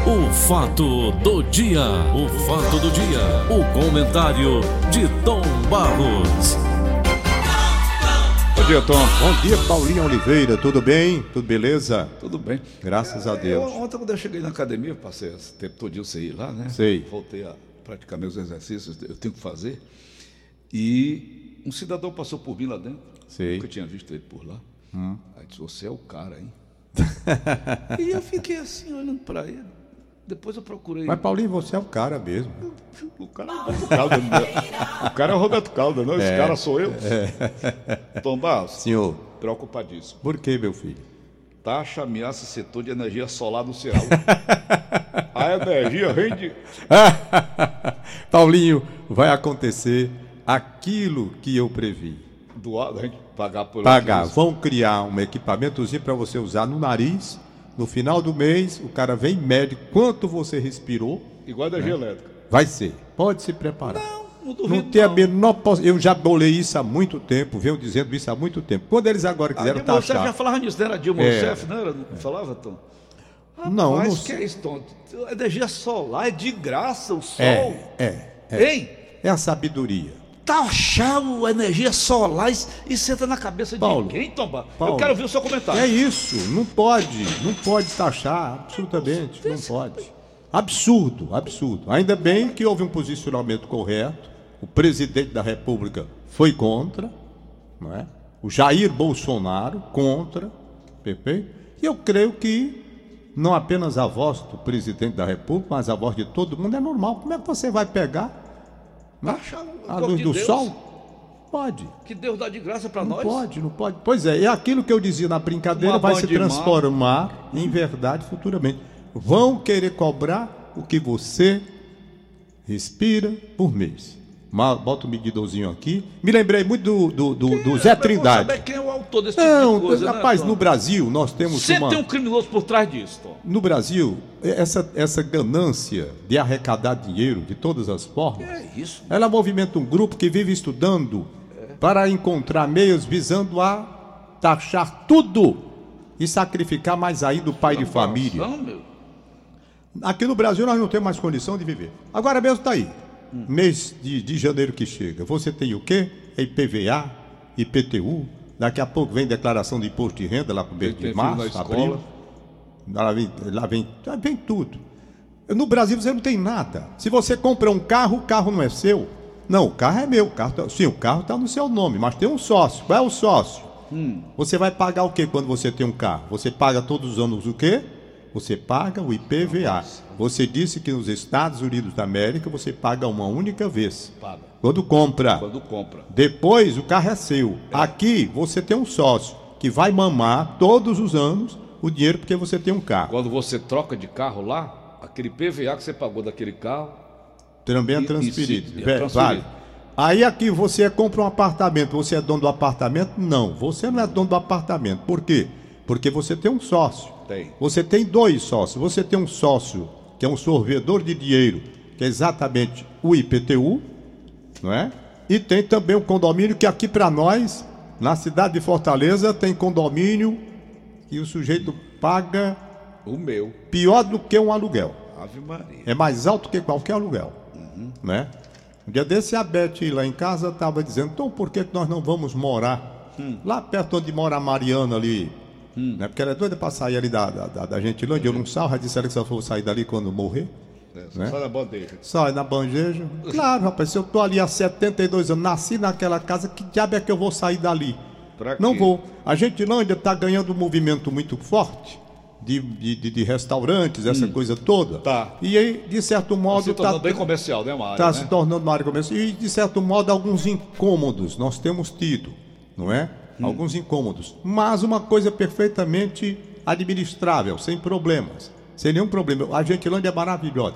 O fato do dia, o fato do dia, o comentário de Tom Barros. Bom dia, Tom. Bom dia, Paulinho Oliveira. Tudo bem? Tudo beleza? Tudo bem. Graças a Deus. Ontem, quando eu cheguei na academia, passei esse tempo todo sem ir lá, né? Sei. Voltei a praticar meus exercícios, eu tenho que fazer. E um cidadão passou por mim lá dentro. Sei. Nunca tinha visto ele por lá. Aí disse, você é o cara, hein? E eu fiquei assim, olhando para ele. Depois eu procurei. Mas, Paulinho, você é o cara mesmo. O cara é o Roberto Calda. O cara é o Roberto Calda, não? Esse cara sou eu. Tom Barros. Senhor. Preocupadíssimo. Por que, meu filho? Taxa ameaça setor de energia solar no Ceará. A energia rende. Paulinho, vai acontecer aquilo que eu previ. Doado, a gente pagar por Pagar. Vão criar um equipamentozinho para você usar no nariz. No final do mês, o cara vem e mede quanto você respirou. Igual a energia elétrica. Vai ser. Pode se preparar. Não duvido. Não tem a menor possibilidade. Eu já bolei isso há muito tempo, venho dizendo isso há muito tempo. Quando eles agora quiseram Dilma Rousseff taxar... já falava nisso, não era Dilma Rousseff, não era? Não falava, Tom? Não, Mas não que sei. é isso, Tom? Energia solar é de graça, o sol. Hein? É a sabedoria. Taxar a energia solar e senta na cabeça de Paulo, ninguém, Tom Barros. Paulo, Eu quero ouvir o seu comentário. É isso, não pode taxar, absolutamente, não pode. Absurdo. Ainda bem que houve um posicionamento correto, o presidente da República foi contra, não é? O Jair Bolsonaro contra, perfeito? E eu creio que não apenas a voz do presidente da República, mas a voz de todo mundo é normal. Como é que você vai pegar a luz do sol? Pode. Que Deus dá de graça para nós. Não pode. Pois é aquilo que eu dizia na brincadeira vai se transformar em verdade futuramente. Vão querer cobrar o que você respira por mês. Bota um medidorzinho aqui. Me lembrei muito do Zé Trindade. Saber quem é o autor desse tipo de coisa, rapaz, né, no Brasil nós temos sempre tem um criminoso por trás disso, Tom. No Brasil, essa ganância de arrecadar dinheiro de todas as formas, isso? Ela movimenta um grupo que vive estudando para encontrar meios visando a taxar tudo e sacrificar mais ainda o pai de família. Aqui no Brasil nós não temos mais condição de viver. Agora mesmo está aí. Mês de janeiro que chega. Você tem o quê? IPVA, IPTU. Daqui a pouco vem declaração de imposto de renda lá para o mês de março, abril. Lá vem tudo. No Brasil você não tem nada. Se você compra um carro, o carro não é seu. Não, o carro é meu. O carro está no seu nome, mas tem um sócio. Qual é o sócio? Você vai pagar o quê quando você tem um carro? Você paga todos os anos o quê? Você paga o IPVA. Você disse que nos Estados Unidos da América você paga uma única vez. Quando compra. Depois o carro é seu. Aqui você tem um sócio que vai mamar todos os anos o dinheiro porque você tem um carro. Quando você troca de carro lá, aquele IPVA que você pagou daquele carro também é transferido. Vale. Aí aqui você compra um apartamento. Você é dono do apartamento? Não, você não é dono do apartamento. Por quê? Porque você tem um sócio. Você tem dois sócios. Você tem um sócio que é um sorvedor de dinheiro, que é exatamente o IPTU, não é? E tem também o condomínio que aqui para nós, na cidade de Fortaleza, tem condomínio que o sujeito paga pior do que um aluguel. Ave Maria. É mais alto que qualquer aluguel, né? Um dia desse a Beth lá em casa estava dizendo, então por que nós não vamos morar lá perto onde mora a Mariana ali? Né? Porque ela é doida para sair ali da Gentilândia. Eu não salvo, já disseram que só for sair dali quando morrer. Né? Sai na bandeja. Sai na bandeja. Claro, rapaz, se eu tô ali há 72 anos, nasci naquela casa, que diabo é que eu vou sair dali? Não vou. A Gentilândia está ganhando um movimento muito forte de restaurantes, essa coisa toda. E aí, de certo modo... Está se tornando bem comercial, né, uma área, Está se tornando uma área comercial. E, de certo modo, alguns incômodos nós temos tido, não é? Alguns incômodos, mas uma coisa perfeitamente administrável, sem problemas, sem nenhum problema. A Gentilândia é maravilhosa.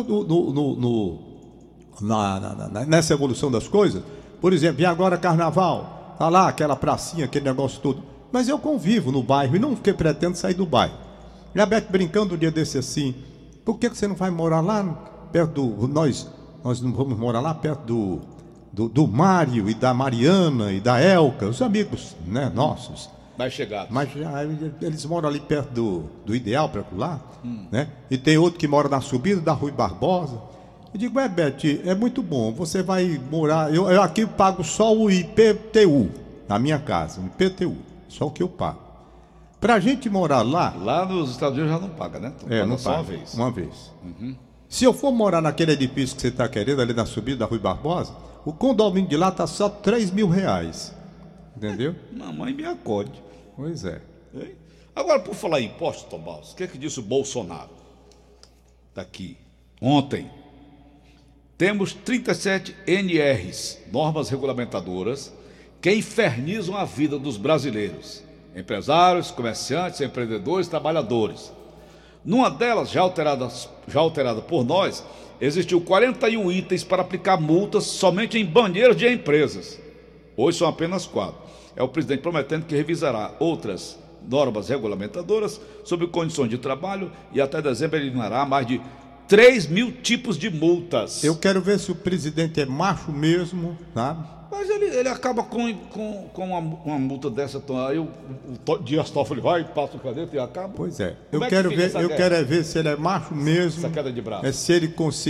Nessa evolução das coisas, por exemplo, e agora carnaval, tá lá aquela pracinha, aquele negócio todo, mas eu convivo no bairro e não pretendo sair do bairro. E a Beth brincando um dia desse assim, por que você não vai morar lá perto do... Nós não vamos morar lá perto do Mário e da Mariana e da Elca, os amigos, né, nossos. Mais chegados. Mas eles moram ali perto do Ideal para lá, né? E tem outro que mora na subida da Rui Barbosa. Eu digo, Bete, é muito bom, você vai morar... Eu aqui pago só o IPTU na minha casa, o IPTU, só o que eu pago. Pra gente morar lá... Lá nos Estados Unidos já não paga, né? Não só paga, uma vez. Uma vez. Se eu for morar naquele edifício que você está querendo, ali na subida da Rui Barbosa, o condomínio de lá tá só R$3.000. Entendeu? Mamãe me acode. Pois é. Agora, por falar em impostos, Tom Barros, o que é que disse o Bolsonaro? Daqui. Ontem. Temos 37 NRs, normas regulamentadoras, que infernizam a vida dos brasileiros. Empresários, comerciantes, empreendedores, trabalhadores. Numa delas, já alterada por nós, existiu 41 itens para aplicar multas somente em banheiros de empresas. Hoje são apenas 4. É o presidente prometendo que revisará outras normas regulamentadoras sobre condições de trabalho e até dezembro eliminará mais de 3.000 tipos de multas. Eu quero ver se o presidente é macho mesmo, sabe? Mas ele acaba com uma multa dessa, aí o Dias Toffoli vai e passa o caneta e acaba. Pois é. Eu quero ver se ele é macho mesmo. Essa queda de braço. Se ele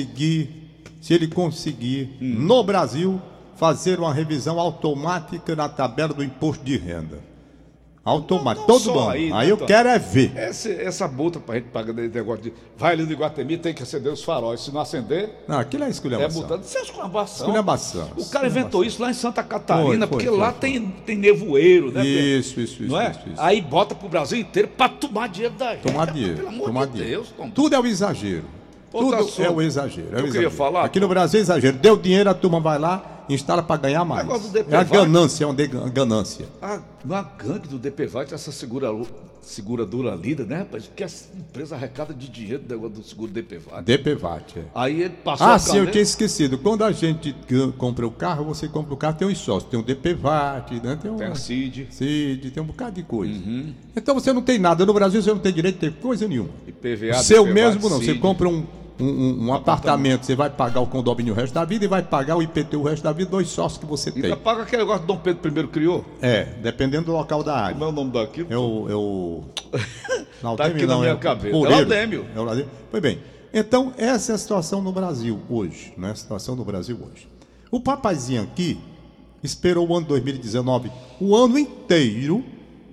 conseguir no Brasil fazer uma revisão automática na tabela do imposto de renda. Automático, todo mundo. Aí eu quero é ver. Essa multa pra gente pagar desse negócio de vai ali no Iguatemi, tem que acender os faróis. Se não acender. Não, aquilo é esculhambação. É multado. Isso é esculhambação. Esculhambação. O cara inventou isso lá em Santa Catarina, porque lá tem nevoeiro, né? Isso. Não é? Aí bota pro Brasil inteiro pra tomar dinheiro da gente. Tomar dinheiro. Pelo amor de Deus, Tom. Tudo é o exagero. Tudo é o exagero. Eu queria falar. Aqui no Brasil é exagero. Deu dinheiro, a turma vai lá, instala para ganhar mais. É a ganância, é uma ganância. A gangue do DPVAT, essa seguradora lida, né, rapaz? Porque a empresa arrecada de dinheiro do negócio do seguro DPVAT. DPVAT, é. Aí ele passou sim, eu tinha esquecido. Quando a gente compra o carro, você compra o carro, tem uns sócios. Tem o DPVAT, né? Tem a CID. Tem um bocado de coisa. Então você não tem nada. No Brasil você não tem direito de ter coisa nenhuma. IPVA, seu DPVAT, mesmo não. CID. Você compra um apartamento, você vai pagar o condomínio o resto da vida e vai pagar o IPTU o resto da vida, 2 sócios que você tem. Ainda paga aquele negócio que Dom Pedro I criou? Dependendo do local da área. Como é o nome daquilo? Não, tá aqui na minha cabeça. É o Laudêmio. Pois bem, então essa é a situação no Brasil hoje, né? A situação no Brasil hoje. O papazinho aqui esperou o ano 2019, o ano inteiro,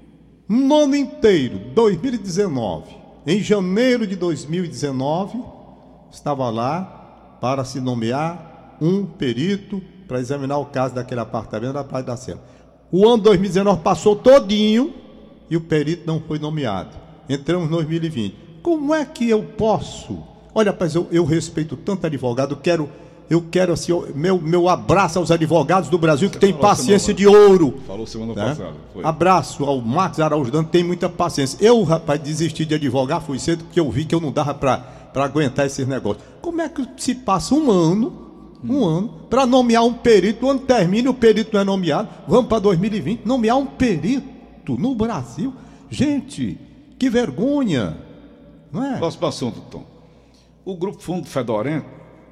2019, em janeiro de 2019, estava lá para se nomear um perito para examinar o caso daquele apartamento da Praia da Serra. O ano 2019 passou todinho e o perito não foi nomeado. Entramos em 2020. Como é que eu posso? Olha, rapaz, eu respeito tanto advogado, eu quero assim, meu abraço aos advogados do Brasil que tem paciência de ouro. Falou semana passada. Foi. Abraço ao Marcos Araújo Dano, tem muita paciência. Eu, rapaz, desisti de advogar, fui cedo porque eu vi que eu não dava para aguentar esses negócios. Como é que se passa um ano, para nomear um perito, o ano termina e o perito não é nomeado, vamos para 2020, nomear um perito no Brasil? Gente, que vergonha, não é? Próximo assunto, Tom. O Grupo Fundo Fedorento,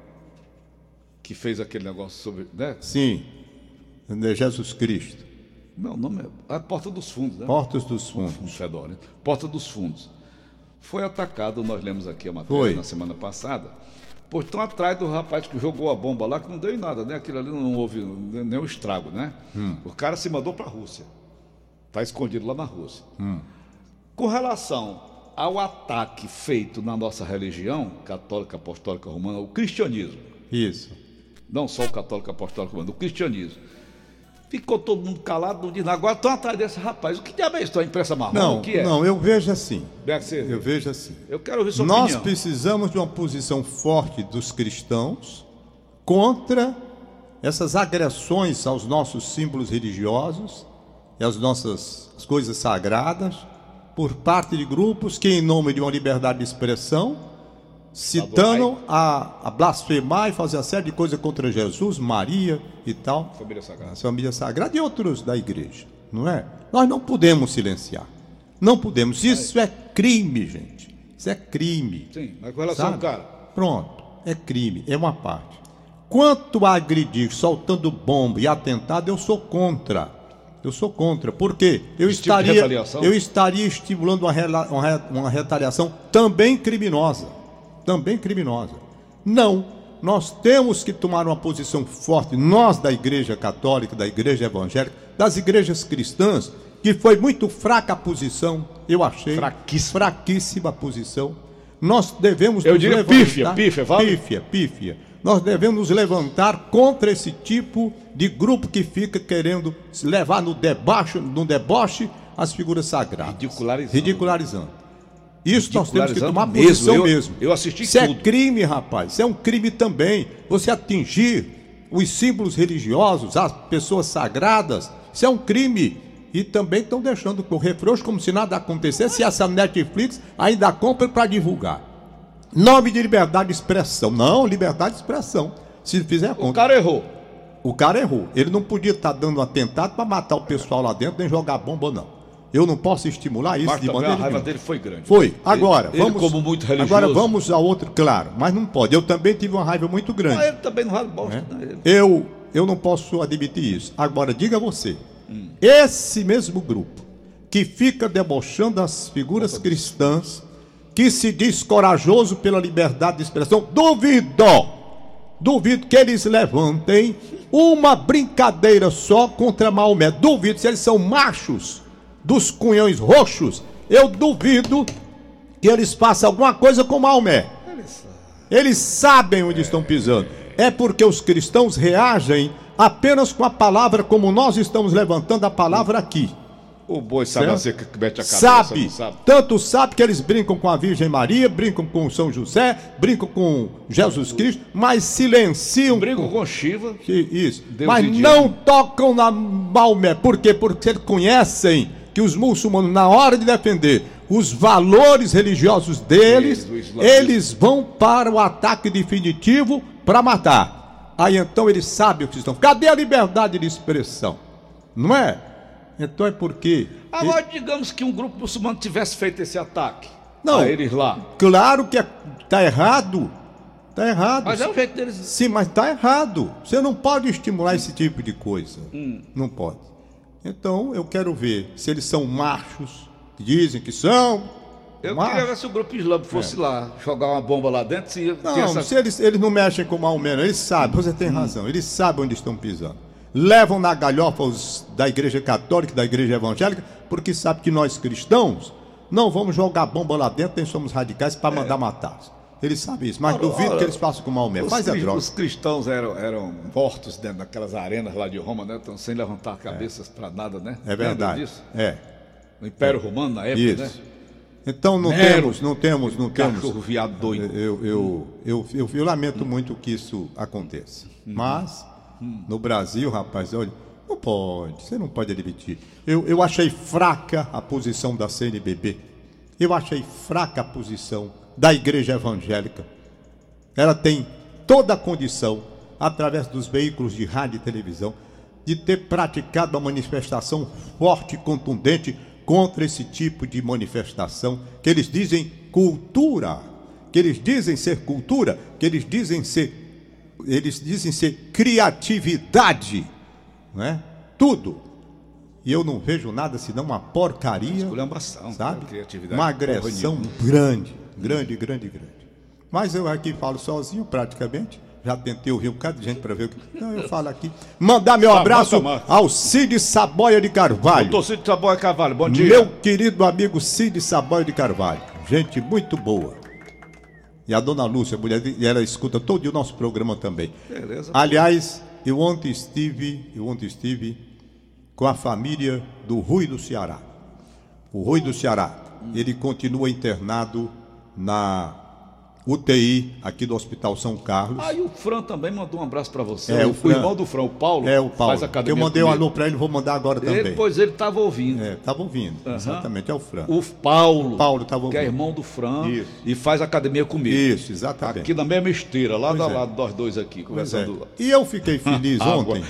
que fez aquele negócio sobre, né? Sim, Jesus Cristo. Meu nome é Porta dos Fundos, né? Portas dos Fundos. Fedorento. Porta dos Fundos. Foi atacado, nós lemos aqui a matéria na semana passada, por estão atrás do rapaz que jogou a bomba lá, que não deu em nada, né? Aquilo ali não houve nenhum estrago, né? O cara se mandou para a Rússia. Está escondido lá na Rússia. Com relação ao ataque feito na nossa religião, católica, apostólica, romana, o cristianismo. Isso. Não só o católico, apostólico, romano, o cristianismo. Ficou todo mundo calado, não diz nada. Agora estão atrás desse rapaz. O que diabo é isso? A imprensa marrom? O que é? Não, eu vejo assim. Eu vejo assim. Eu quero ouvir sua opinião. opinião. Nós precisamos de uma posição forte dos cristãos contra essas agressões aos nossos símbolos religiosos e às nossas coisas sagradas por parte de grupos que, em nome de uma liberdade de expressão, se danam a blasfemar e fazer uma série de coisas contra Jesus, Maria e tal. Família Sagrada e outros da igreja, não é? Nós não podemos silenciar. Não podemos. Isso é crime, gente. Isso é crime. Sim, mas com relação ao cara. Pronto, é crime, é uma parte. Quanto a agredir soltando bomba e atentado, eu sou contra. Eu sou contra. Por quê? Eu estaria estimulando uma retaliação também criminosa. Também criminosa. Não. Nós temos que tomar uma posição forte, nós da Igreja Católica, da Igreja Evangélica, das igrejas cristãs, que foi muito fraca a posição, eu achei. Fraquíssima a posição. Nós devemos nos levantar. Pífia. Nós devemos nos levantar contra esse tipo de grupo que fica querendo levar no deboche as figuras sagradas. Ridicularizando. Isso nós temos que tomar posição mesmo. Eu assisti isso tudo. É crime, rapaz. Isso é um crime também. Você atingir os símbolos religiosos, as pessoas sagradas, isso é um crime. E também estão deixando correr frouxo como se nada acontecesse, e essa Netflix ainda compra para divulgar. Nome de liberdade de expressão. Não, liberdade de expressão. Se fizer conta. O cara errou. Ele não podia estar dando um atentado para matar o pessoal lá dentro, nem jogar bomba, não. Eu não posso estimular isso. Mas de maneira. A raiva dele foi grande. Foi. Agora, ele como muito religioso. Agora vamos a outro, claro, mas não pode. Eu também tive uma raiva muito grande. Mas ele também não raiva bosta, né? Eu não posso admitir isso. Agora, diga você, esse mesmo grupo que fica debochando as figuras cristãs, que se diz corajoso pela liberdade de expressão, duvido que eles levantem uma brincadeira só contra Maomé. Duvido, se eles são machos dos cunhões roxos, eu duvido que eles façam alguma coisa com Maomé. Eles sabem onde estão pisando. É porque os cristãos reagem apenas com a palavra, como nós estamos levantando a palavra aqui. O boi sabe a seca que mete a cabeça. Sabe. Tanto sabe que eles brincam com a Virgem Maria, brincam com São José, brincam com Jesus Cristo, mas silenciam. Brincam com Shiva. Isso. Mas não tocam na Maomé. Por quê? Porque eles conhecem que os muçulmanos, na hora de defender os valores religiosos deles, eles vão para o ataque definitivo para matar. Aí então eles sabem o que estão. Cadê a liberdade de expressão? Não é? Então é porque... Agora, digamos que um grupo muçulmano tivesse feito esse ataque. Não, a eles lá. Claro que está errado. Está errado. Mas é o jeito deles... Sim, mas está errado. Você não pode estimular esse tipo de coisa. Não pode. Então, eu quero ver se eles são machos, dizem que são. Eu queria ver se o grupo islâmico fosse lá, jogar uma bomba lá dentro. Se eles não mexem com Maomé, eles sabem, você tem razão, eles sabem onde estão pisando. Levam na galhofa os da Igreja Católica, da Igreja Evangélica, porque sabem que nós cristãos não vamos jogar bomba lá dentro, nem somos radicais para mandar matar. Eles sabem isso, mas duvido que eles façam com Maomé. Os cristãos eram mortos dentro daquelas arenas lá de Roma, né? Então, sem levantar cabeças para nada, né? É verdade. No Império Romano, na época, isso. Né? Então não temos. Cachorro viado doido. Eu lamento muito que isso aconteça. Mas no Brasil, rapaz, olha, não pode, você não pode admitir. Eu achei fraca a posição da CNBB. Eu achei fraca a posição da Igreja Evangélica. Ela tem toda a condição, através dos veículos de rádio e televisão, de ter praticado uma manifestação forte e contundente contra esse tipo de manifestação, que eles dizem cultura, que eles dizem ser cultura, que eles dizem ser criatividade, não é? Tudo. E eu não vejo nada senão uma porcaria, sabe? Uma agressão grande. Mas eu aqui falo sozinho praticamente. Já tentei ouvir um bocado de gente para ver o que... Não, eu falo aqui. Mandar meu abraço ao Cid Saboia de Carvalho. Doutor Cid Saboia de Carvalho, bom dia. Meu querido amigo Cid Saboia de Carvalho. Gente muito boa. E a dona Lúcia, mulher, e ela escuta todo o nosso programa também. Beleza. Aliás, eu ontem estive com a família do Rui do Ceará. O Rui do Ceará, ele continua internado na UTI aqui do Hospital São Carlos. E o Fran também mandou um abraço para você. O irmão do Fran, o Paulo. O Paulo. Faz academia. Eu mandei um alô para ele, vou mandar agora também. Pois ele estava ouvindo. Estava ouvindo, exatamente, é o Fran. O Paulo estava ouvindo. Que é irmão do Fran. Isso. E faz academia comigo. Isso, exatamente. Aqui na mesma esteira, lá do lado nós dois aqui, conversando. E eu fiquei feliz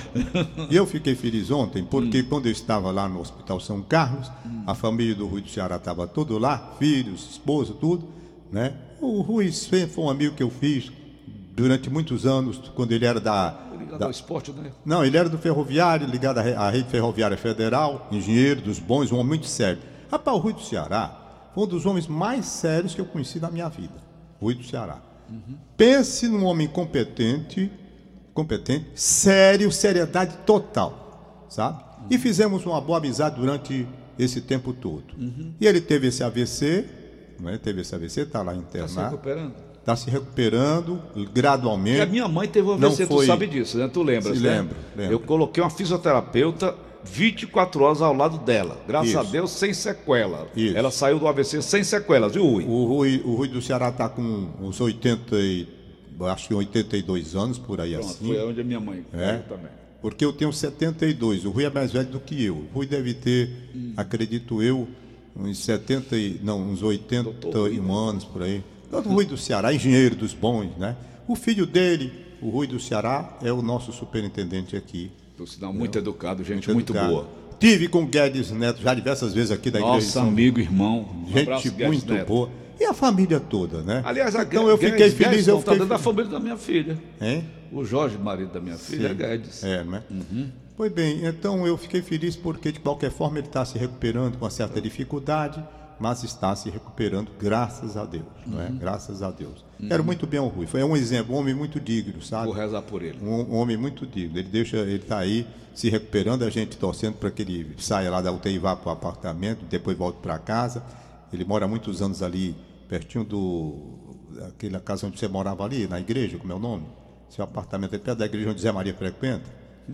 ontem. Porque quando eu estava lá no Hospital São Carlos, a família do Rui do Ceará estava todo lá, filhos, esposa, tudo, né? O Rui foi um amigo que eu fiz durante muitos anos, quando ele era da Ligado ao esporte, né? Não, ele era do ferroviário, ligado à rede ferroviária federal, engenheiro dos bons, um homem muito sério. Rapaz, o Rui do Ceará foi um dos homens mais sérios que eu conheci na minha vida. Rui do Ceará. Pense num homem competente, sério, seriedade total, sabe? E fizemos uma boa amizade durante esse tempo todo. E ele teve esse AVC, né? Teve esse AVC, está lá internado. Está se recuperando? Está se recuperando gradualmente. E a minha mãe teve um AVC, tu sabe disso, né? Tu lembras, né? Lembro. Eu coloquei uma fisioterapeuta 24 horas ao lado dela. Graças a Deus, sem sequela. Isso. Ela saiu do AVC sem sequelas, viu, Rui? O Rui do Ceará está com uns 82 anos, por aí. Pronto, assim. Foi onde a minha mãe também. Porque eu tenho 72, o Rui é mais velho do que eu. O Rui deve ter, acredito eu, uns 81 anos, por aí. O Rui do Ceará, engenheiro dos bons, né? O filho dele, o Rui do Ceará, é o nosso superintendente aqui. Por sinal, muito educado, gente muito boa. Tive com o Guedes Neto já diversas vezes aqui da igreja. Nosso amigo, irmão. Gente muito boa. E a família toda, né? Aliás, então eu fiquei feliz. Eu fiquei dentro da família da minha filha. Hein? O Jorge, marido da minha filha, é Guedes. É, né? Pois bem, então eu fiquei feliz porque de qualquer forma ele está se recuperando com uma certa dificuldade, mas está se recuperando, graças a Deus, não é? Graças a Deus. Quero muito bem ao Rui, foi um exemplo, um homem muito digno, sabe? Vou rezar por ele. Um homem muito digno, ele está aí se recuperando, a gente torcendo para que ele saia lá da UTI e vá para o apartamento, depois volte para casa. Ele mora há muitos anos ali, pertinho daquela casa onde você morava ali, na igreja, como é o nome? Seu apartamento é perto da igreja onde Zé Maria frequenta.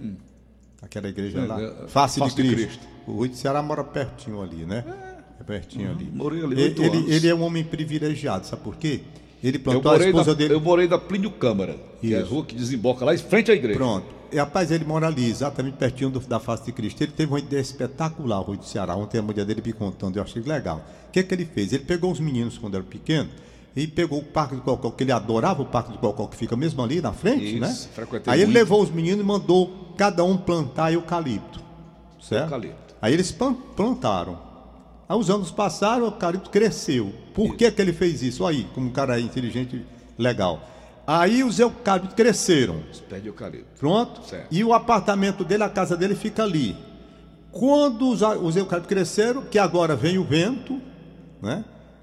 Aquela igreja lá, Face de Cristo. O Rui do Ceará mora pertinho ali, né? É pertinho ali. Morei ali 8 anos. Ele é um homem privilegiado, sabe por quê? Ele plantou a esposa dele. Eu morei da Plínio Câmara, que é a rua que desemboca lá em frente à igreja. Pronto. E, rapaz, ele mora ali, exatamente pertinho da Face de Cristo. Ele teve uma ideia espetacular, o Rui do Ceará. Ontem a mulher dele me contando, eu achei legal. O que ele fez? Ele pegou os meninos quando eram pequenos e pegou o Parque do Cocó, que ele adorava o Parque do Cocó, que fica mesmo ali na frente, né? Aí ele levou os meninos e mandou cada um plantar eucalipto, certo? Aí eles plantaram. Aí os anos passaram, o eucalipto cresceu. Por que ele fez isso? Aí, como um cara inteligente, legal. Aí os eucaliptos cresceram. Pé de eucalipto. Pronto? Certo. E o apartamento dele, a casa dele fica ali. Quando os eucaliptos cresceram, que agora vem o vento, né?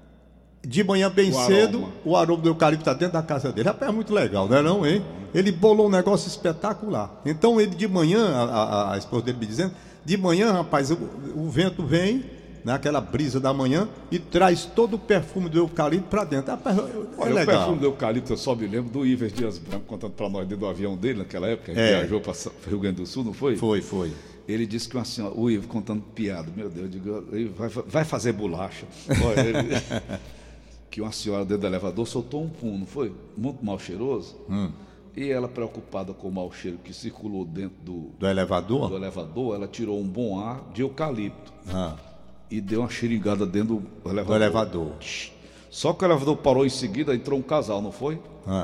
De manhã bem cedo, o aroma do eucalipto está dentro da casa dele. Rapaz, é muito legal, não é não, hein? Ele bolou um negócio espetacular. Então ele de manhã, a esposa dele me dizendo, de manhã, rapaz, o vento vem, naquela brisa da manhã, e traz todo o perfume do eucalipto para dentro. Rapaz, Olha, legal. O perfume do eucalipto, eu só me lembro do Ives Dias Branco contando para nós dentro do avião dele, naquela época, ele viajou para Rio Grande do Sul, não foi? Foi. Ele disse que uma senhora, o Ives contando piada, meu Deus, eu digo, ele vai fazer bolacha. Olha, que uma senhora dentro do elevador soltou um pum, não foi? Muito mal cheiroso. E ela, preocupada com o mau cheiro que circulou dentro do elevador? Do elevador, ela tirou um bom ar de eucalipto. E deu uma xeringada dentro do elevador. Só que o elevador parou em seguida, entrou um casal, não foi?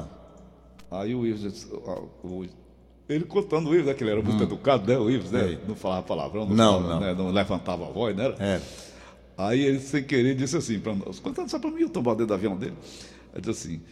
Aí o Ives disse, ele contando o Ives, né, que ele era muito educado, né? O Ives, né? Não falava palavrão, não levantava a voz, né? Aí ele, sem querer, disse assim para nós, contando só para mim, eu tomava dentro do avião dele. Ele disse assim,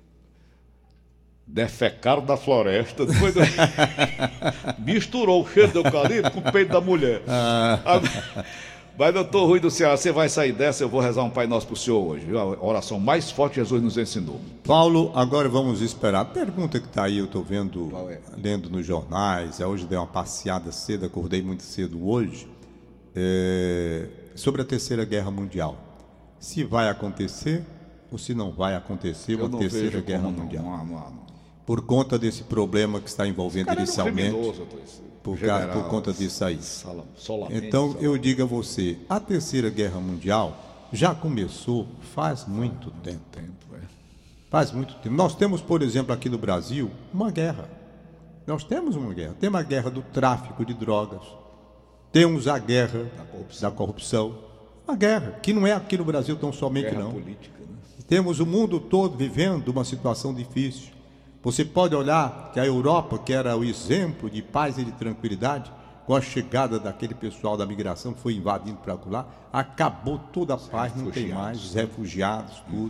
defecaram da floresta, depois misturou o cheiro do eucalipto com o peito da mulher. Mas, doutor Rui do Ceará, você vai sair dessa, eu vou rezar um Pai Nosso para o senhor hoje, viu? A oração mais forte que Jesus nos ensinou. Paulo, agora vamos esperar. A pergunta que está aí, eu estou vendo, lendo nos jornais, hoje dei uma passeada cedo, acordei muito cedo hoje, sobre a Terceira Guerra Mundial. Se vai acontecer ou se não vai acontecer uma Terceira Guerra Mundial. Não. Por conta desse problema que está envolvendo inicialmente, por conta disso aí. Então eu digo a você, a Terceira Guerra Mundial já começou faz muito tempo. Faz muito tempo. Nós temos, por exemplo, aqui no Brasil, uma guerra. Nós temos uma guerra. Temos a guerra do tráfico de drogas. Temos a guerra da corrupção. Uma guerra que não é aqui no Brasil tão somente, guerra não. Política, né? Temos o mundo todo vivendo uma situação difícil. Você pode olhar que a Europa, que era o exemplo de paz e de tranquilidade, com a chegada daquele pessoal da migração que foi invadindo para lá, acabou toda a paz, não tem mais, os refugiados, tudo.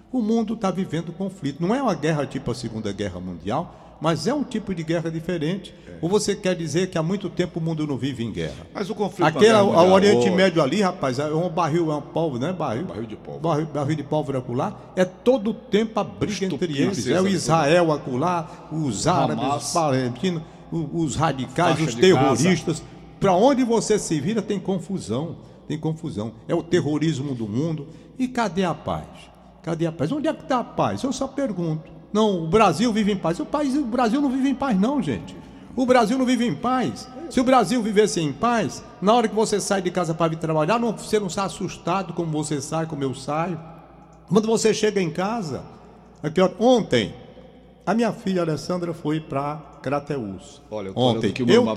O mundo está vivendo conflito. Não é uma guerra tipo a Segunda Guerra Mundial, mas é um tipo de guerra diferente. Ou você quer dizer que há muito tempo o mundo não vive em guerra? Mas o conflito... O Oriente Médio ali, rapaz, é um barril, é um pólvora, não é barril? Barril de pólvora. Barril de pólvora acolá. É todo o tempo a briga entre eles. É o Israel acolá, os árabes, os palestinos, os radicais, os terroristas. Para onde você se vira tem confusão. Tem confusão. É o terrorismo do mundo. E cadê a paz? Cadê a paz? Onde é que está a paz? Eu só pergunto. Não, o Brasil vive em paz. O Brasil não vive em paz, não, gente. O Brasil não vive em paz. Se o Brasil vivesse em paz, na hora que você sai de casa para vir trabalhar, você não está assustado como você sai, como eu saio. Quando você chega em casa, aqui, ó, ontem, a minha filha Alessandra foi para Crateús. Olha, ontem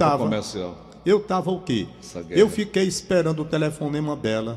eu estava o quê? Eu fiquei esperando o telefonema dela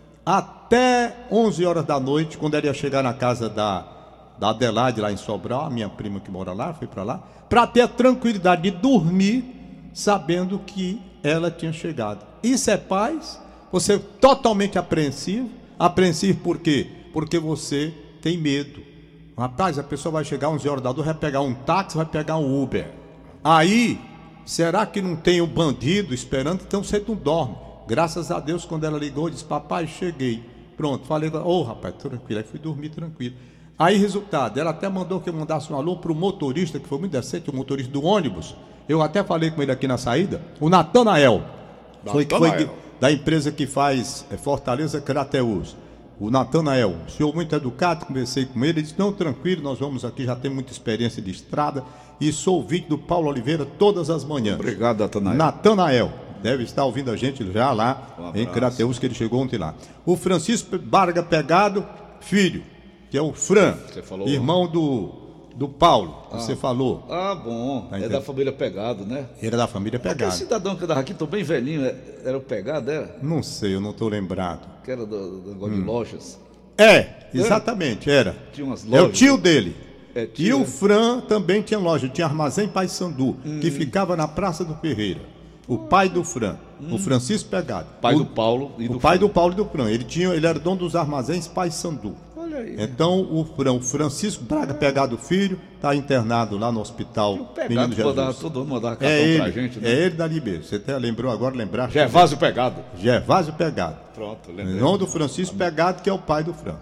até 11 horas da noite, quando ela ia chegar na casa da Adelaide, lá em Sobral, a minha prima que mora lá, fui para lá, para ter a tranquilidade de dormir, sabendo que ela tinha chegado. Isso é paz? Você é totalmente apreensivo. Apreensivo por quê? Porque você tem medo. Rapaz, a pessoa vai chegar 11 horas da noite, vai pegar um táxi, vai pegar um Uber. Aí, será que não tem um bandido esperando? Então você não dorme. Graças a Deus, quando ela ligou, disse, papai, cheguei. Pronto, falei, rapaz, tranquilo. Aí fui dormir tranquilo. Aí, resultado, ela até mandou que eu mandasse um alô para o motorista, que foi muito decente, o motorista do ônibus. Eu até falei com ele aqui na saída, o Natanael. Foi da empresa que faz Fortaleza Crateús. O Natanael, um senhor muito educado, conversei com ele, disse, não, tranquilo, nós vamos aqui, já tem muita experiência de estrada, e sou ouvinte do Paulo Oliveira todas as manhãs. Obrigado, Natanael. Natanael, deve estar ouvindo a gente já lá em Crateús, que ele chegou ontem lá. O Francisco Barga Pegado, filho, que é o Fran, irmão do Paulo, você falou. Bom, tá, da família Pegado, né? Era da família Pegado. Aquele cidadão que estava aqui, tô bem velhinho, era o Pegado, era? Não sei, eu não estou lembrado. Que era do negócio de lojas. Exatamente, era. Tinha umas lojas. É o tio dele. E o Fran também tinha loja, tinha Armazém Paissandu, que ficava na Praça do Ferreira. O pai do Fran, o Francisco Pegado. Pai do Paulo e do pai do Paulo e do Fran. Ele era dono dos Armazéns Paissandu. Olha aí. Então o Francisco Braga Pegado Filho está internado lá no hospital Menino Jesus. Todo mundo mandava cartão pra gente, né? É ele dali mesmo. Você até lembrou agora, lembrar? Gervásio Pegado. Gervásio Pegado. Pronto, lembrei. Em nome do Francisco Pegado, que é o pai do Fran.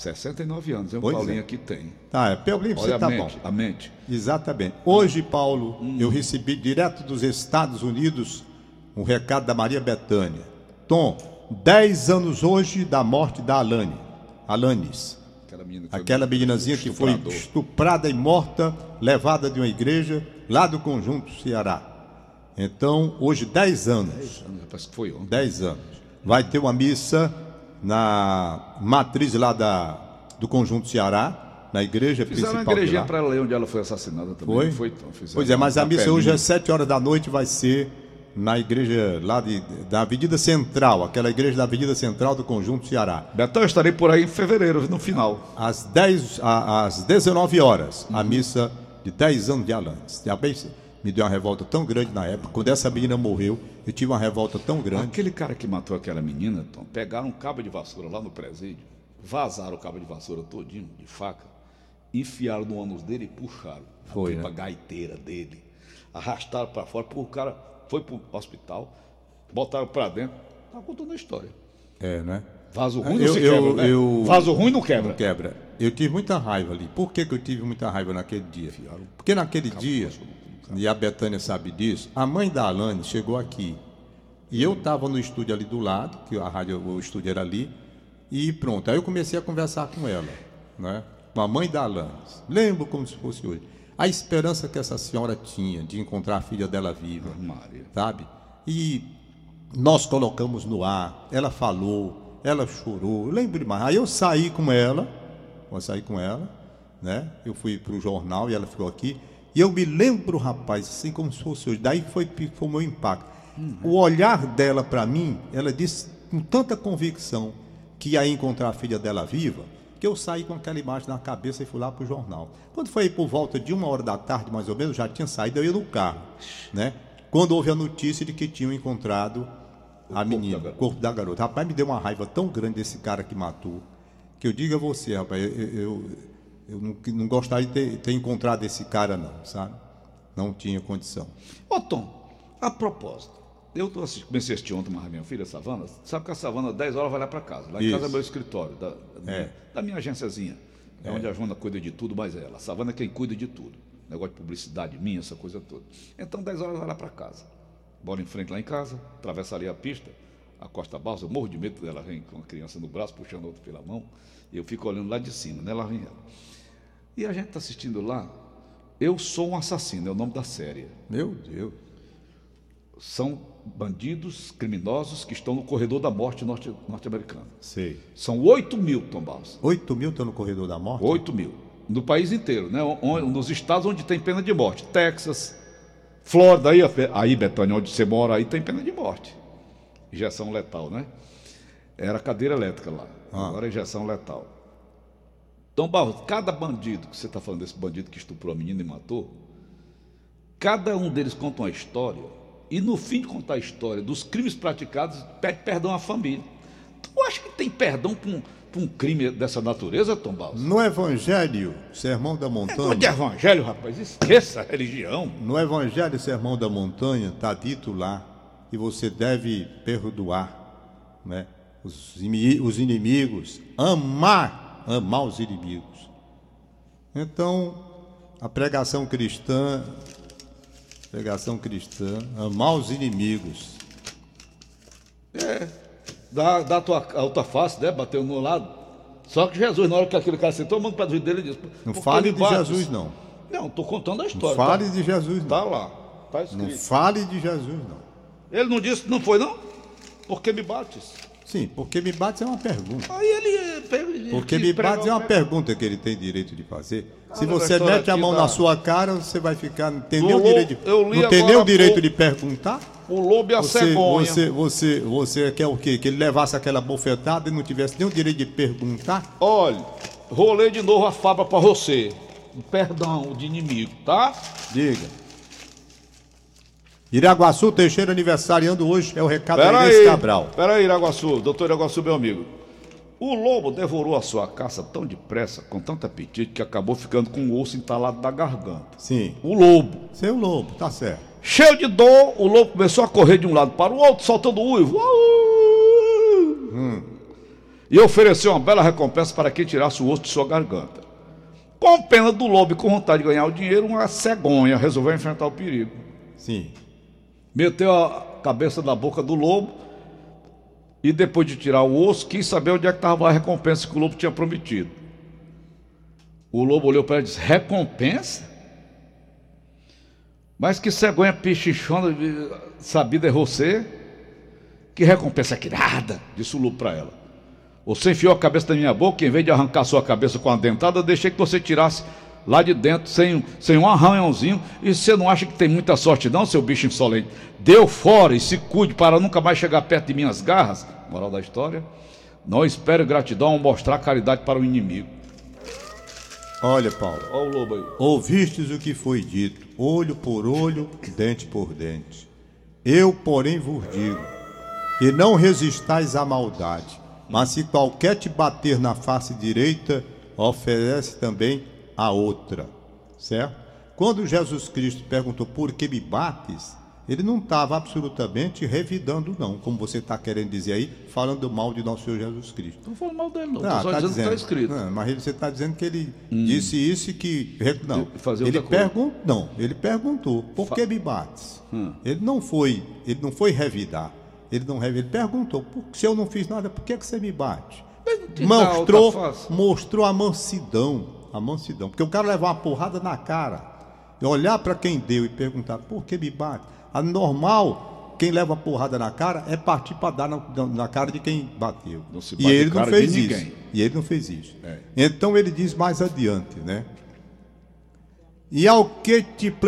69 anos, o Paulinho aqui tem. Tá, Paulinho, você tá bom. A mente. Exatamente. Hoje, Paulo, eu recebi direto dos Estados Unidos um recado da Maria Bethânia. Tom, 10 anos hoje da morte da Alanis. Aquela meninazinha que foi estuprada e morta, levada de uma igreja lá do Conjunto Ceará. Então, hoje 10 anos. 10 anos, parece que foi ontem. 10 anos. Vai ter uma missa na matriz lá do Conjunto Ceará, na igreja principal. Fizeram uma igrejinha para ela onde ela foi assassinada também. Foi? Pois é, mas a missa hoje às 7 horas da noite vai ser na igreja lá da Avenida Central, aquela igreja da Avenida Central do Conjunto Ceará. Betão, eu estarei por aí em fevereiro, no final. Às 19 horas, a missa de 10 anos de Alanis. Me deu uma revolta tão grande na época. Quando essa menina morreu, eu tive uma revolta tão grande. Aquele cara que matou aquela menina, Tom, pegaram um cabo de vassoura lá no presídio, vazaram o cabo de vassoura todinho, de faca, enfiaram no ânus dele e puxaram a gaiteira dele. Arrastaram para fora, o cara foi pro hospital, botaram para dentro. Tá contando a história. Né? Vaso ruim não se quebra, né? Vaso ruim não quebra. Não quebra. Eu tive muita raiva ali. Por que eu tive muita raiva naquele dia? Porque naquele dia, e a Bethânia sabe disso, a mãe da Alanis chegou aqui. E eu estava no estúdio ali do lado, que o estúdio era ali, e pronto. Aí eu comecei a conversar com ela, né? Com a mãe da Alanis. Lembro como se fosse hoje. A esperança que essa senhora tinha de encontrar a filha dela viva, sabe? E nós colocamos no ar, ela falou, ela chorou, eu lembro demais. Aí eu saí com ela, né? Eu fui para o jornal e ela ficou aqui. E eu me lembro, rapaz, assim como se fosse hoje. Daí foi o meu impacto. O olhar dela para mim, ela disse com tanta convicção que ia encontrar a filha dela viva, que eu saí com aquela imagem na cabeça e fui lá para o jornal. Quando foi por volta de 1h da tarde, mais ou menos, eu já tinha saído, eu ia no carro, né? Quando houve a notícia de que tinham encontrado a menina, o corpo da garota. Rapaz, me deu uma raiva tão grande desse cara que matou, que eu diga a você, rapaz, eu não gostaria de ter encontrado esse cara, não, sabe? Não tinha condição. Ô, Tom, a propósito, comecei a assistir ontem uma minha filha, Savana. Sabe que a Savana, 10 horas, vai lá para casa. Lá em casa é meu escritório, da minha agênciazinha. É onde a Joana cuida de tudo, mas ela. A Savana é quem cuida de tudo. Negócio de publicidade minha, essa coisa toda. Então, 10 horas, vai lá para casa. Bola em frente lá em casa, atravessa ali a pista, a Costa Balsa. Eu morro de medo dela, vem com uma criança no braço, puxando outra pela mão. E eu fico olhando lá de cima, né? Lá vem ela. E a gente está assistindo lá. Eu Sou um Assassino, é o nome da série. Meu Deus. São bandidos, criminosos que estão no corredor da morte norte-americano. Sei. São 8 mil, Tom Barros. 8 mil estão no corredor da morte? 8 mil. No país inteiro, né? Nos estados onde tem pena de morte. Texas, Flórida, aí Betânia, onde você mora, aí tem pena de morte. Injeção letal, né? Era cadeira elétrica lá. Agora é injeção letal. Tom Barros, cada bandido, que você está falando desse bandido que estuprou a menina e matou, cada um deles conta uma história, e no fim de contar a história dos crimes praticados, pede perdão à família. Tu acha que tem perdão para um crime dessa natureza, Tom Barros? No Evangelho, Sermão da Montanha... De evangelho, rapaz, esqueça a religião. No Evangelho, Sermão da Montanha, está dito lá que você deve perdoar, né, os inimigos, amar os inimigos. Então, a pregação cristã, amar os inimigos. Dá a outra face, né? Bateu no lado. Só que Jesus, na hora que aquele cara sentou, manda para o dele e disse: não fale de Jesus, não. Não, estou contando a história. Não fale de Jesus, não. Está lá, está escrito. Não fale de Jesus, não. Ele não disse, não foi, não? Por que me bates? Sim, porque me bates é uma pergunta. Aí ele porque me bates é uma pergunta que ele tem direito de fazer. Se você mete a mão na sua cara, você vai ficar. Não tem nem o direito de, não tem nem o direito de perguntar. O lobo e a cegonha. Você quer o quê? Que ele levasse aquela bofetada e não tivesse nem o direito de perguntar? Olha, rolei de novo a fábula para você. Perdão de inimigo, tá? Diga. Iraguaçu Teixeira aniversariando hoje, é o recado da Inês Cabral. Peraí, Iraguaçu, doutor Iraguaçu, meu amigo. O lobo devorou a sua caça tão depressa, com tanto apetite, que acabou ficando com o osso entalado na garganta. Sim. O lobo. Seu lobo, tá certo. Cheio de dor, o lobo começou a correr de um lado para o outro, soltando uivo. E ofereceu uma bela recompensa para quem tirasse o osso de sua garganta. Com pena do lobo e com vontade de ganhar o dinheiro, uma cegonha resolveu enfrentar o perigo. Sim. Meteu a cabeça na boca do lobo e depois de tirar o osso, quis saber onde é que estava a recompensa que o lobo tinha prometido. O lobo olhou para ela e disse: recompensa? Mas que cegonha pichichona, sabida é você? Que recompensa que nada, disse o lobo para ela. Você enfiou a cabeça na minha boca e em vez de arrancar sua cabeça com a dentada, eu deixei que você tirasse lá de dentro, sem um arranhãozinho. E você não acha que tem muita sorte não, seu bicho insolente? Deu fora e se cuide para nunca mais chegar perto de minhas garras. Moral da história: não espere gratidão ao mostrar caridade para o inimigo. Olha, Paulo, olha o lobo aí. Ouvistes o que foi dito, olho por olho, dente por dente. Eu, porém, vos digo, que não resistais à maldade, mas se qualquer te bater na face direita, oferece também a outra, certo? Quando Jesus Cristo perguntou: por que me bates? Ele não estava absolutamente revidando, não, como você está querendo dizer aí, falando mal de nosso Senhor Jesus Cristo. Não falando mal dele, não. Não, só dizendo que está escrito. Não, mas você está dizendo que ele disse isso e que... Não, ele perguntou: por que me bates? Ele não foi revidar. Ele perguntou: se eu não fiz nada, por que você me bate? Mostrou a mansidão. Porque o cara levar uma porrada na cara, olhar para quem deu e perguntar: por que me bate? A normal, quem leva a porrada na cara é partir para dar na cara de quem bateu. E ele não fez isso. Então ele diz mais adiante, né? E ao que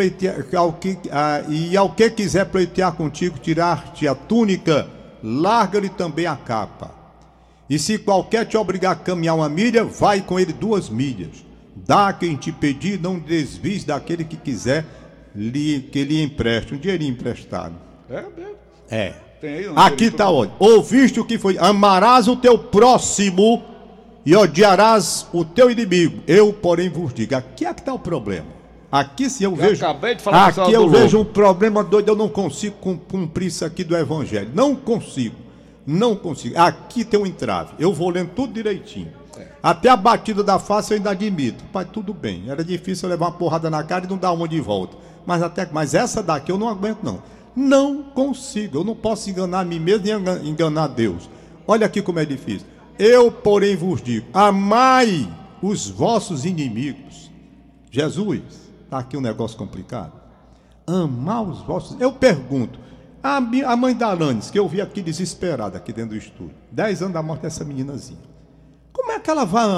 quiser pleitear contigo, tirar-te a túnica, larga-lhe também a capa. E se qualquer te obrigar a caminhar 1 milha, vai com ele 2 milhas. Dá a quem te pedir, não desvies daquele que quiser que lhe empreste um dinheirinho emprestado. É mesmo? É. Aqui está, olha. Ouviste o que foi? Amarás o teu próximo e odiarás o teu inimigo. Eu, porém, vos digo. Aqui é que está o problema. Aqui se eu vejo. Acabei de falar aqui eu vejo um problema doido. Eu não consigo cumprir isso aqui do evangelho. Não consigo. Não consigo. Aqui tem um entrave. Eu vou lendo tudo direitinho. Até a batida da face eu ainda admito. Pai, tudo bem. Era difícil eu levar uma porrada na cara e não dar uma de volta. Mas essa daqui eu não aguento, não. Não consigo. Eu não posso enganar a mim mesmo e enganar Deus. Olha aqui como é difícil. Eu, porém, vos digo: amai os vossos inimigos. Jesus, está aqui um negócio complicado. Amar os vossos. Eu pergunto, a mãe da Alanis, que eu vi aqui desesperada, aqui dentro do estúdio, 10 anos da morte dessa meninazinha. Como é que ela vai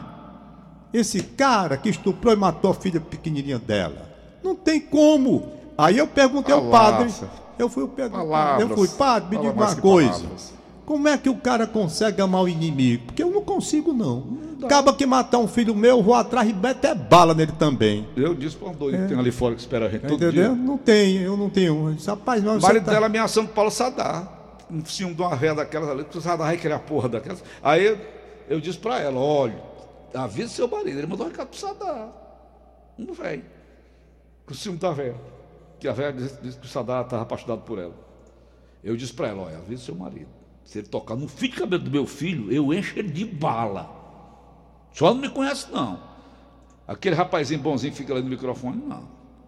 amar esse cara que estuprou e matou a filha pequenininha dela? Não tem como. Aí eu perguntei ao padre. Eu fui padre, me diga uma coisa. Como é que o cara consegue amar o inimigo? Porque eu não consigo, não. Acaba que matar um filho meu, eu vou atrás e meto até bala nele também. Eu disse para um doido que tem ali fora que espera a gente todo dia. Entendeu? Não tem, eu não tenho. Rapaz, o marido dela ameaçando Paulo Sadar. Um ciúme de uma véia daquelas ali, que o Sadar vai querer a porra daquelas. Aí eu disse para ela: olha, avisa seu marido. Ele mandou um recado pro Sadar. Um velho. Com o ciúme da véia. Que a véia disse que o Sadar estava apaixonado por ela. Eu disse para ela: olha, avisa seu marido. Se ele tocar no fio de cabelo do meu filho, eu encho ele de bala. Só não me conhece, não. Aquele rapazinho bonzinho que fica ali no microfone, não.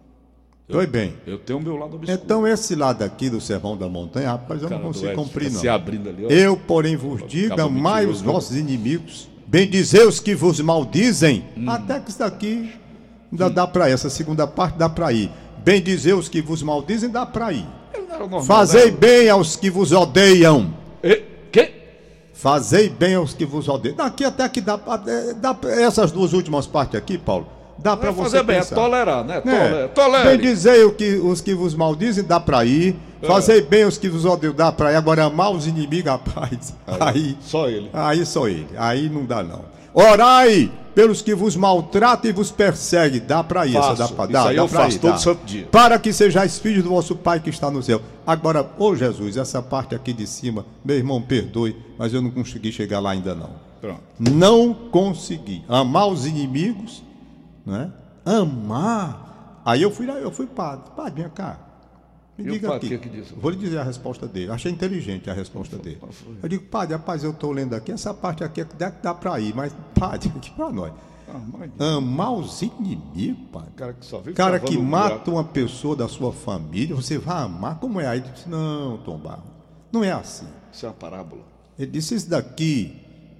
Foi bem. Eu tenho o meu lado obscuro. Então esse lado aqui do Sermão da Montanha, rapaz, eu não consigo cumprir, não. Se abrindo ali, ó. Eu, porém, vos digo: amai os vossos inimigos, bendizei os que vos maldizem. Até que isso daqui ainda dá para ir. Essa segunda parte dá para ir. Bendizei os que vos maldizem, dá para ir. Fazei bem aos que vos odeiam. Que? Fazei bem aos que vos odeiam. Daqui até que dá essas duas últimas partes aqui, Paulo. Dá para você fazer bem, pensar. É tolerar, né? Tolere. Bendizei os que vos maldizem, dá para ir. Fazei bem os que vos odeiam, dá para ir. Agora amar os inimigos, rapaz. Aí só ele. Aí só ele. Aí não dá, não. Orai pelos que vos maltratam e vos perseguem. Dá para ir. Essa dá para dar. Isso aí eu faço todo santo dia. Para que sejais filhos do vosso Pai que está no céu. Agora, Jesus, essa parte aqui de cima, meu irmão, perdoe, mas eu não consegui chegar lá ainda, não. Pronto. Não consegui. Amar os inimigos, né? Amar. Aí eu fui padre. Padre, vem cá. Me diga aqui. Vou lhe dizer a resposta dele. Achei inteligente a resposta dele. Eu digo: padre, rapaz, eu estou lendo aqui, essa parte aqui dá para ir, mas padre, aqui para nós. Amar os inimigos, padre. Cara que mata uma pessoa da sua família, você vai amar? Como é? Aí ele disse: não, Tom Barro, não é assim. Isso é uma parábola. Ele disse: isso daqui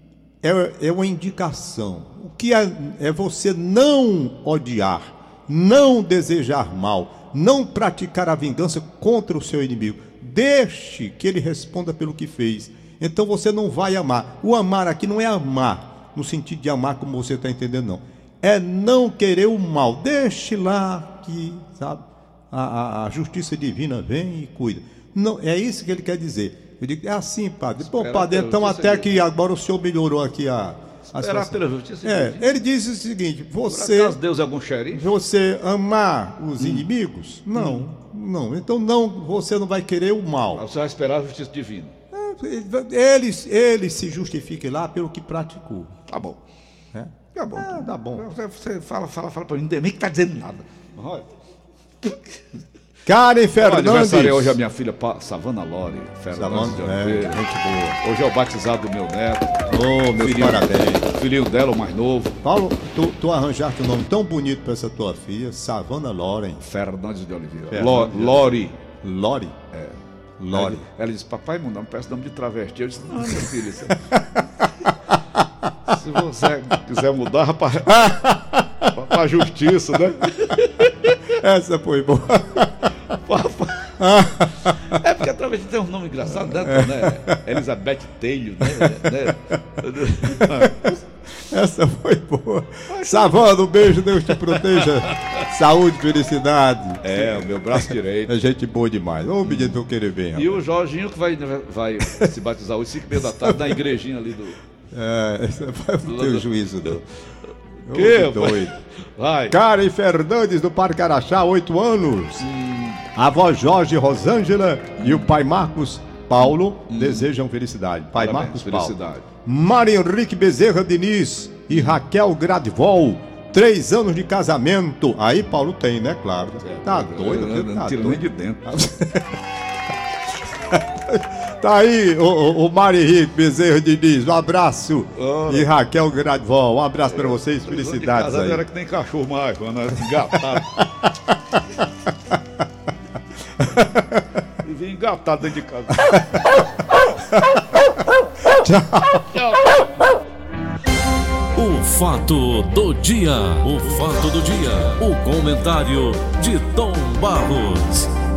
é uma indicação. O que é você não odiar, não desejar mal, não praticar a vingança contra o seu inimigo. Deixe que ele responda pelo que fez. Então você não vai amar. O amar aqui não é amar no sentido de amar como você está entendendo, não. É não querer o mal. Deixe lá que, sabe, a justiça divina vem e cuida. Não, é isso que ele quer dizer. Eu digo: é assim, padre. Pô, padre, então até que agora o senhor melhorou aqui a pela justiça. Ele diz o seguinte: você. Por acaso Deus é algum xerife? Você amar os inimigos? Não. Então você não vai querer o mal. Você vai esperar a justiça divina. Ele se justifique lá pelo que praticou. Tá bom. Tá bom. Tá bom. Você fala para mim, nem que tá dizendo nada. Olha. Karen Fernandes. Aniversário hoje a minha filha Savana Lore Fernandes de Oliveira. Gente boa. Hoje é o batizado do meu neto. Meus parabéns. Filhinho dela, o mais novo. Paulo, tu arranjaste um nome tão bonito para essa tua filha, Savana Lore Fernandes de Oliveira. Lore. É. Lore. Ela disse: papai, não peço nome de travesti. Eu disse: não, meu filho. Se você quiser mudar para a justiça, né? Essa foi boa. É porque a travesti tem um nome engraçado, né? Elizabeth Taylor, né? Essa foi boa. Savana, um beijo, Deus te proteja. Saúde, felicidade. O meu braço direito. É gente boa demais. Ô, menino, eu querer bem. E o Jorginho que vai se batizar hoje, 5h30 da tarde, na igrejinha ali do. Esse vai ter o juízo, não. Que doido. Vai. Karen Fernandes do Parque Araxá, 8 anos. A avó Jorge Rosângela e o pai Marcos Paulo desejam felicidade. Pai Parabéns, Marcos felicidade. Paulo. Mário Henrique Bezerra Diniz e Raquel Gradvol. 3 anos de casamento. Aí Paulo tem, né? Claro. Tá doido, não tira nem de dentro. Tá aí o Mário Henrique Bezerra Diniz. Um abraço. E Raquel Gradvol. Um abraço pra vocês. Felicidades aí. Era que nem cachorro mais, mano. Engatado. E vem engatado dentro de casa. Tchau. O fato do dia. O fato do dia. O comentário de Tom Barros.